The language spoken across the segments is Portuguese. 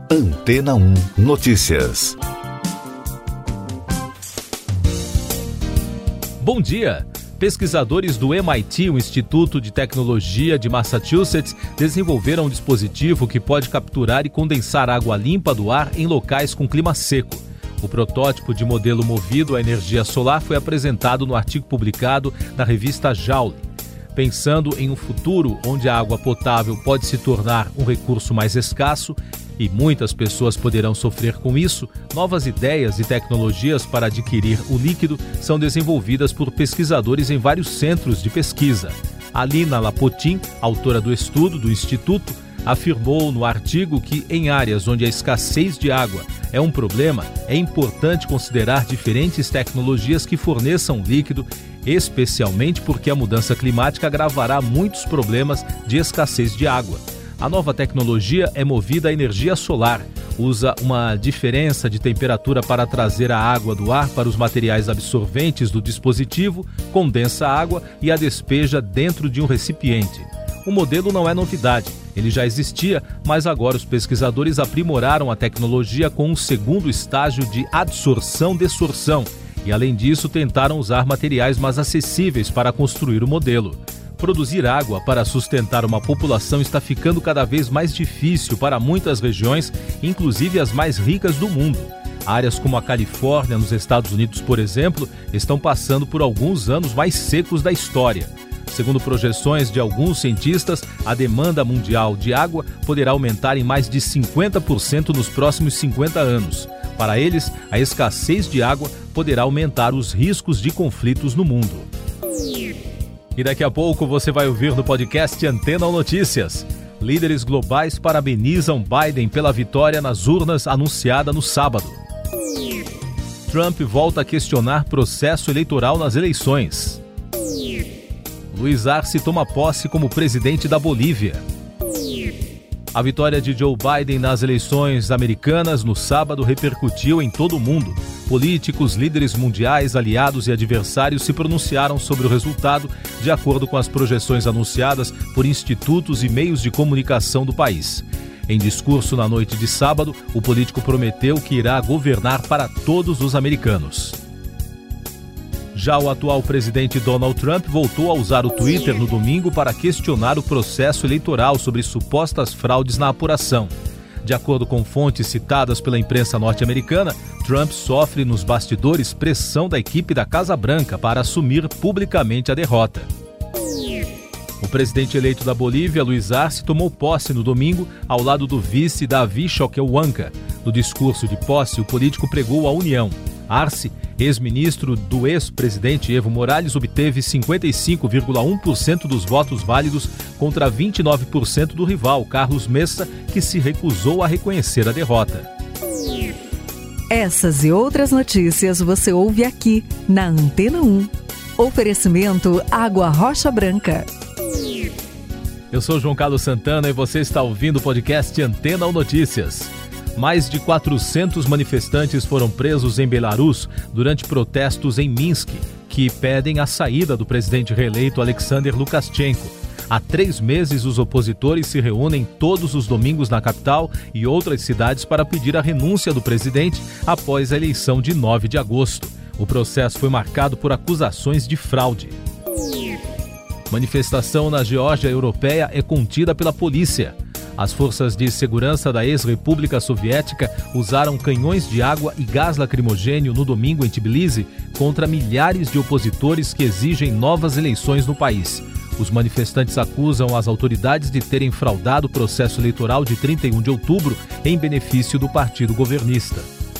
Antena 1 Notícias. Bom dia! Pesquisadores do MIT, o Instituto de Tecnologia de Massachusetts, desenvolveram um dispositivo que pode capturar e condensar água limpa do ar em locais com clima seco. O protótipo de modelo movido à energia solar foi apresentado no artigo publicado na revista Joule. Pensando em um futuro onde a água potável pode se tornar um recurso mais escasso e muitas pessoas poderão sofrer com isso, novas ideias e tecnologias para adquirir o líquido são desenvolvidas por pesquisadores em vários centros de pesquisa. Alina Lapotin, autora do estudo do Instituto, afirmou no artigo que em áreas onde a escassez de água é um problema, é importante considerar diferentes tecnologias que forneçam líquido, especialmente porque a mudança climática agravará muitos problemas de escassez de água. A nova tecnologia é movida à energia solar, usa uma diferença de temperatura para trazer a água do ar para os materiais absorventes do dispositivo, condensa a água e a despeja dentro de um recipiente. O modelo não é novidade, ele já existia, mas agora os pesquisadores aprimoraram a tecnologia com um segundo estágio de adsorção-desorção e, além disso, tentaram usar materiais mais acessíveis para construir o modelo. Produzir água para sustentar uma população está ficando cada vez mais difícil para muitas regiões, inclusive as mais ricas do mundo. Áreas como a Califórnia, nos Estados Unidos, por exemplo, estão passando por alguns anos mais secos da história. Segundo projeções de alguns cientistas, a demanda mundial de água poderá aumentar em mais de 50% nos próximos 50 anos. Para eles, a escassez de água poderá aumentar os riscos de conflitos no mundo. E daqui a pouco você vai ouvir no podcast Antena 1 Notícias. Líderes globais parabenizam Biden pela vitória nas urnas anunciada no sábado. Trump volta a questionar processo eleitoral nas eleições. Luiz Arce toma posse como presidente da Bolívia. A vitória de Joe Biden nas eleições americanas no sábado repercutiu em todo o mundo. Políticos, líderes mundiais, aliados e adversários se pronunciaram sobre o resultado, de acordo com as projeções anunciadas por institutos e meios de comunicação do país. Em discurso na noite de sábado, o político prometeu que irá governar para todos os americanos. Já o atual presidente Donald Trump voltou a usar o Twitter no domingo para questionar o processo eleitoral sobre supostas fraudes na apuração. De acordo com fontes citadas pela imprensa norte-americana, Trump sofre nos bastidores pressão da equipe da Casa Branca para assumir publicamente a derrota. O presidente eleito da Bolívia, Luiz Arce, tomou posse no domingo ao lado do vice Davi Choquehuanca. No discurso de posse, o político pregou a união. Arce, ex-ministro do ex-presidente Evo Morales, obteve 55,1% dos votos válidos contra 29% do rival, Carlos Messa, que se recusou a reconhecer a derrota. Essas e outras notícias você ouve aqui na Antena 1. Oferecimento Água Rocha Branca. Eu sou João Carlos Santana e você está ouvindo o podcast Antena 1 Notícias. Mais de 400 manifestantes foram presos em Belarus durante protestos em Minsk, que pedem a saída do presidente reeleito Alexander Lukashenko. Há 3 meses, os opositores se reúnem todos os domingos na capital e outras cidades para pedir a renúncia do presidente após a eleição de 9 de agosto. O processo foi marcado por acusações de fraude. Manifestação na Geórgia Europeia é contida pela polícia. As forças de segurança da ex-República Soviética usaram canhões de água e gás lacrimogênio no domingo em Tbilisi contra milhares de opositores que exigem novas eleições no país. Os manifestantes acusam as autoridades de terem fraudado o processo eleitoral de 31 de outubro em benefício do partido governista.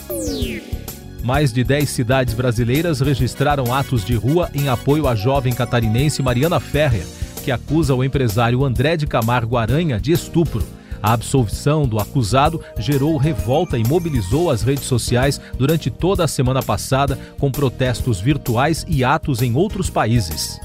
Mais de 10 cidades brasileiras registraram atos de rua em apoio à jovem catarinense Mariana Ferrer, que acusa o empresário André de Camargo Aranha de estupro. A absolvição do acusado gerou revolta e mobilizou as redes sociais durante toda a semana passada, com protestos virtuais e atos em outros países.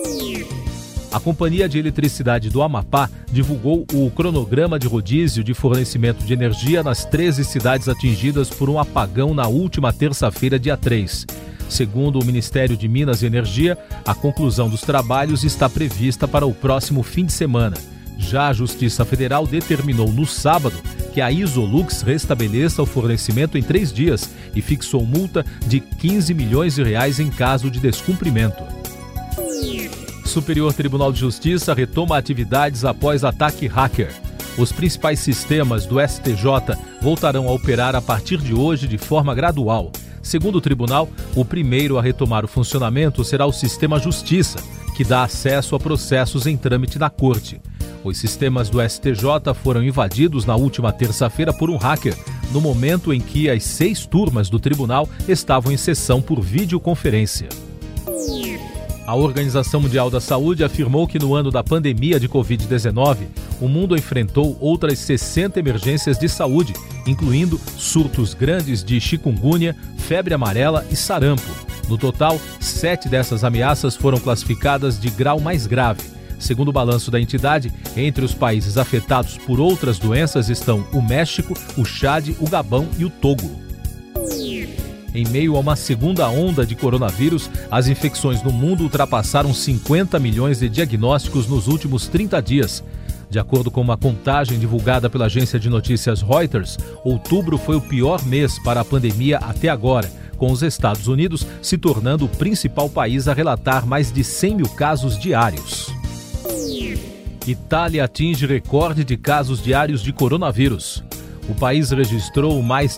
A Companhia de Eletricidade do Amapá divulgou o cronograma de rodízio de fornecimento de energia nas 13 cidades atingidas por um apagão na última terça-feira, dia 3. Segundo o Ministério de Minas e Energia, a conclusão dos trabalhos está prevista para o próximo fim de semana. Já a Justiça Federal determinou no sábado que a Isolux restabeleça o fornecimento em 3 dias e fixou multa de R$15 milhões em caso de descumprimento. Superior Tribunal de Justiça retoma atividades após ataque hacker. Os principais sistemas do STJ voltarão a operar a partir de hoje de forma gradual. Segundo o tribunal, o primeiro a retomar o funcionamento será o Sistema Justiça, que dá acesso a processos em trâmite na Corte. Os sistemas do STJ foram invadidos na última terça-feira por um hacker, no momento em que as 6 turmas do tribunal estavam em sessão por videoconferência. A Organização Mundial da Saúde afirmou que no ano da pandemia de Covid-19, o mundo enfrentou outras 60 emergências de saúde, incluindo surtos grandes de chikungunya, febre amarela e sarampo. No total, 7 dessas ameaças foram classificadas de grau mais grave. Segundo o balanço da entidade, entre os países afetados por outras doenças estão o México, o Chad, o Gabão e o Togo. Em meio a uma segunda onda de coronavírus, as infecções no mundo ultrapassaram 50 milhões de diagnósticos nos últimos 30 dias. De acordo com uma contagem divulgada pela agência de notícias Reuters, outubro foi o pior mês para a pandemia até agora, com os Estados Unidos se tornando o principal país a relatar mais de 100 mil casos diários. Itália atinge recorde de casos diários de coronavírus. O país registrou mais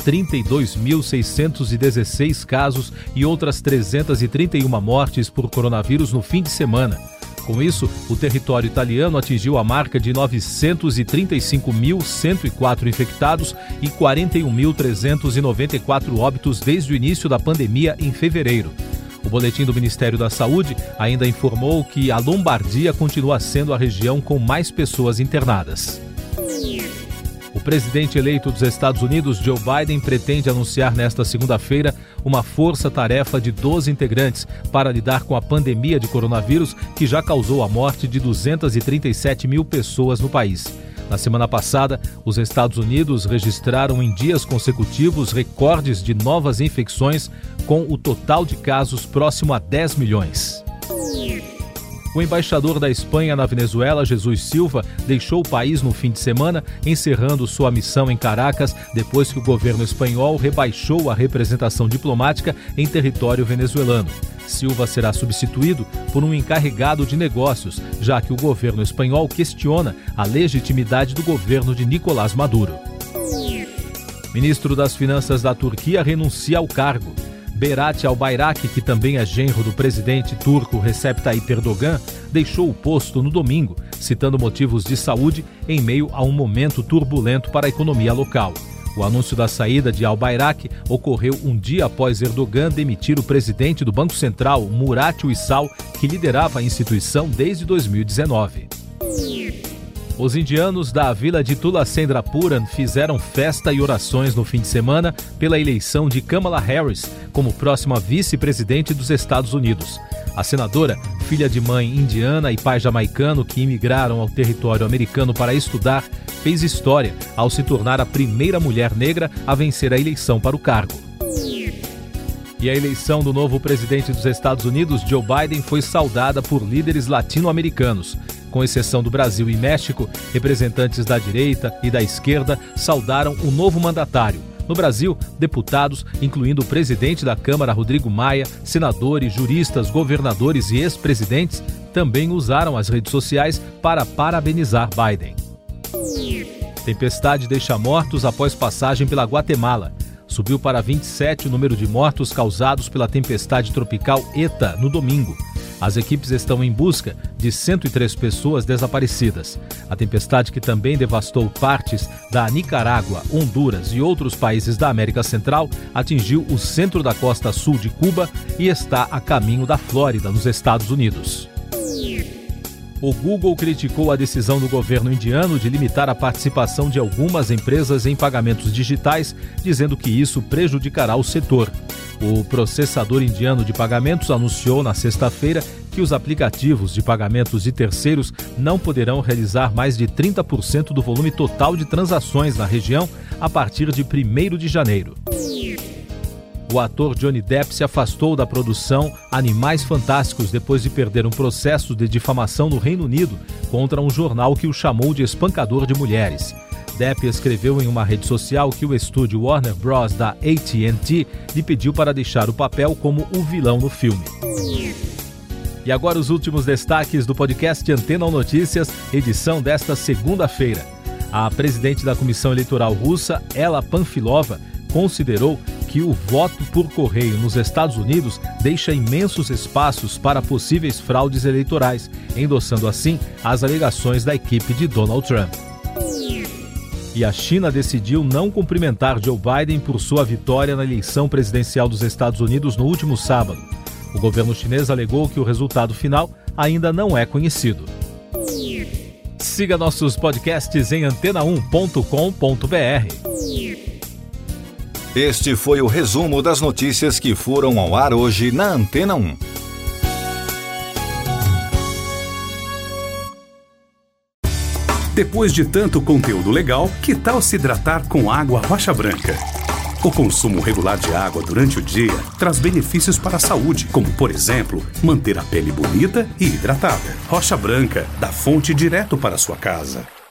32.616 casos e outras 331 mortes por coronavírus no fim de semana. Com isso, o território italiano atingiu a marca de 935.104 infectados e 41.394 óbitos desde o início da pandemia em fevereiro. O boletim do Ministério da Saúde ainda informou que a Lombardia continua sendo a região com mais pessoas internadas. O presidente eleito dos Estados Unidos, Joe Biden, pretende anunciar nesta segunda-feira uma força-tarefa de 12 integrantes para lidar com a pandemia de coronavírus que já causou a morte de 237 mil pessoas no país. Na semana passada, os Estados Unidos registraram em dias consecutivos recordes de novas infecções, com o total de casos próximo a 10 milhões. O embaixador da Espanha na Venezuela, Jesus Silva, deixou o país no fim de semana, encerrando sua missão em Caracas depois que o governo espanhol rebaixou a representação diplomática em território venezuelano. Silva será substituído por um encarregado de negócios, já que o governo espanhol questiona a legitimidade do governo de Nicolás Maduro. Ministro das Finanças da Turquia renuncia ao cargo. Berat Albayrak, que também é genro do presidente turco Recep Tayyip Erdogan, deixou o posto no domingo, citando motivos de saúde em meio a um momento turbulento para a economia local. O anúncio da saída de Albayrak ocorreu um dia após Erdogan demitir o presidente do Banco Central, Murat Uysal, que liderava a instituição desde 2019. Os indianos da vila de Tulacendrapuram fizeram festa e orações no fim de semana pela eleição de Kamala Harris como próxima vice-presidente dos Estados Unidos. A senadora, filha de mãe indiana e pai jamaicano que imigraram ao território americano para estudar, fez história ao se tornar a primeira mulher negra a vencer a eleição para o cargo. E a eleição do novo presidente dos Estados Unidos, Joe Biden, foi saudada por líderes latino-americanos. Com exceção do Brasil e México, representantes da direita e da esquerda saudaram o novo mandatário. No Brasil, deputados, incluindo o presidente da Câmara, Rodrigo Maia, senadores, juristas, governadores e ex-presidentes, também usaram as redes sociais para parabenizar Biden. Tempestade deixa mortos após passagem pela Guatemala. Subiu para 27 o número de mortos causados pela tempestade tropical Eta no domingo. As equipes estão em busca de 103 pessoas desaparecidas. A tempestade, que também devastou partes da Nicarágua, Honduras e outros países da América Central, atingiu o centro da costa sul de Cuba e está a caminho da Flórida, nos Estados Unidos. O Google criticou a decisão do governo indiano de limitar a participação de algumas empresas em pagamentos digitais, dizendo que isso prejudicará o setor. O processador indiano de pagamentos anunciou na sexta-feira que os aplicativos de pagamentos de terceiros não poderão realizar mais de 30% do volume total de transações na região a partir de 1º de janeiro. o ator Johnny Depp se afastou da produção Animais Fantásticos depois de perder um processo de difamação no Reino Unido contra um jornal que o chamou de espancador de mulheres. Depp escreveu em uma rede social que o estúdio Warner Bros. Da AT&T lhe pediu para deixar o papel como o vilão no filme. E agora os últimos destaques do podcast Antena 1 Notícias, edição desta segunda-feira. A presidente da Comissão Eleitoral Russa, Ela Panfilova, considerou que o voto por correio nos Estados Unidos deixa imensos espaços para possíveis fraudes eleitorais, endossando assim as alegações da equipe de Donald Trump. E a China decidiu não cumprimentar Joe Biden por sua vitória na eleição presidencial dos Estados Unidos no último sábado. O governo chinês alegou que o resultado final ainda não é conhecido. Siga nossos podcasts em antena1.com.br. Este foi o resumo das notícias que foram ao ar hoje na Antena 1. Depois de tanto conteúdo legal, que tal se hidratar com água Rocha Branca? O consumo regular de água durante o dia traz benefícios para a saúde, como, por exemplo, manter a pele bonita e hidratada. Rocha Branca, da fonte direto para a sua casa.